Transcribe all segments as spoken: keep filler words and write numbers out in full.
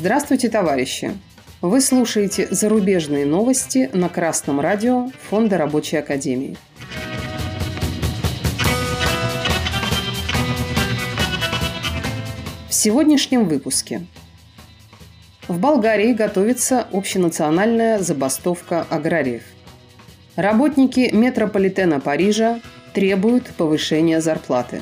Здравствуйте, товарищи! Вы слушаете зарубежные новости на Красном радио Фонда Рабочей Академии. В сегодняшнем выпуске. В Болгарии готовится общенациональная забастовка аграриев. Работники метрополитена Парижа требуют повышения зарплаты.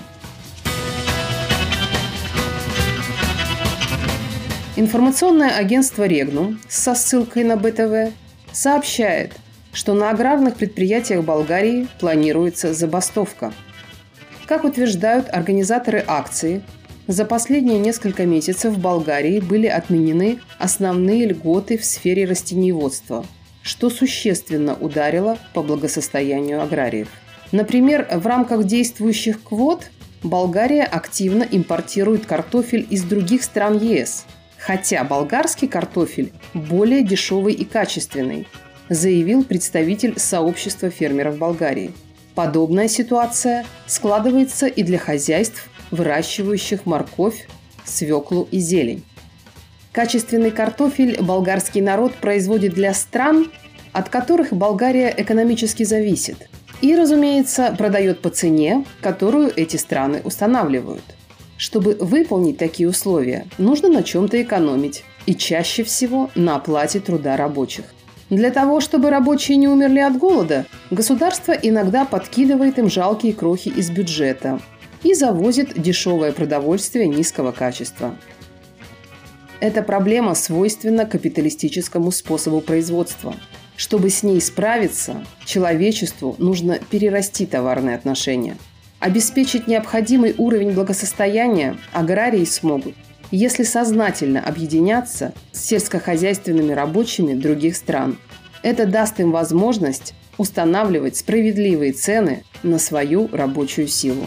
Информационное агентство «Регнум» со ссылкой на бэ тэ вэ сообщает, что на аграрных предприятиях Болгарии планируется забастовка. Как утверждают организаторы акции, за последние несколько месяцев в Болгарии были отменены основные льготы в сфере растениеводства, что существенно ударило по благосостоянию аграриев. Например, в рамках действующих квот Болгария активно импортирует картофель из других стран е эс, хотя болгарский картофель более дешевый и качественный, заявил представитель сообщества фермеров Болгарии. Подобная ситуация складывается и для хозяйств, выращивающих морковь, свеклу и зелень. Качественный картофель болгарский народ производит для стран, от которых Болгария экономически зависит, и, разумеется, продает по цене, которую эти страны устанавливают. Чтобы выполнить такие условия, нужно на чем-то экономить, и чаще всего на оплате труда рабочих. Для того, чтобы рабочие не умерли от голода, государство иногда подкидывает им жалкие крохи из бюджета и завозит дешевое продовольствие низкого качества. Эта проблема свойственна капиталистическому способу производства. Чтобы с ней справиться, человечеству нужно перерасти товарные отношения. Обеспечить необходимый уровень благосостояния аграрии смогут, если сознательно объединяться с сельскохозяйственными рабочими других стран. Это даст им возможность устанавливать справедливые цены на свою рабочую силу.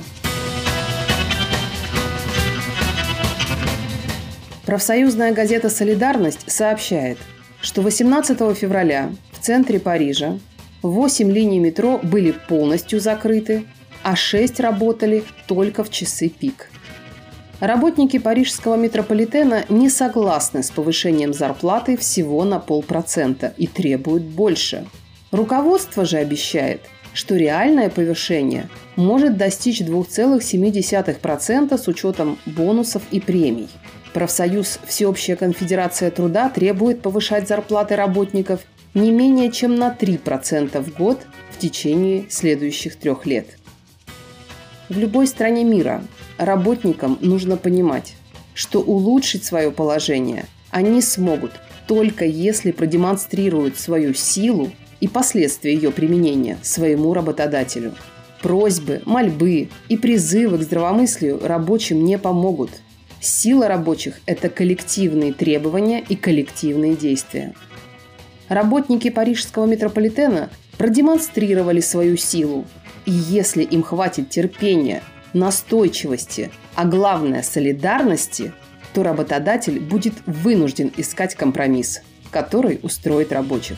Профсоюзная газета «Солидарность» сообщает, что восемнадцатого февраля в центре Парижа восемь линий метро были полностью закрыты, а шесть работали только в часы пик. Работники парижского метрополитена не согласны с повышением зарплаты всего на полпроцента и требуют больше. Руководство же обещает, что реальное повышение может достичь два целых семь десятых процента с учетом бонусов и премий. Профсоюз «Всеобщая конфедерация труда» требует повышать зарплаты работников не менее чем на три процента в год в течение следующих трех лет. В любой стране мира работникам нужно понимать, что улучшить свое положение они смогут только если продемонстрируют свою силу и последствия ее применения своему работодателю. Просьбы, мольбы и призывы к здравомыслию рабочим не помогут. Сила рабочих – это коллективные требования и коллективные действия. Работники парижского метрополитена продемонстрировали свою силу. И если им хватит терпения, настойчивости, а главное – солидарности, то работодатель будет вынужден искать компромисс, который устроит рабочих.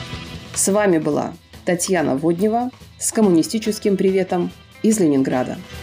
С вами была Татьяна Воднева с коммунистическим приветом из Ленинграда.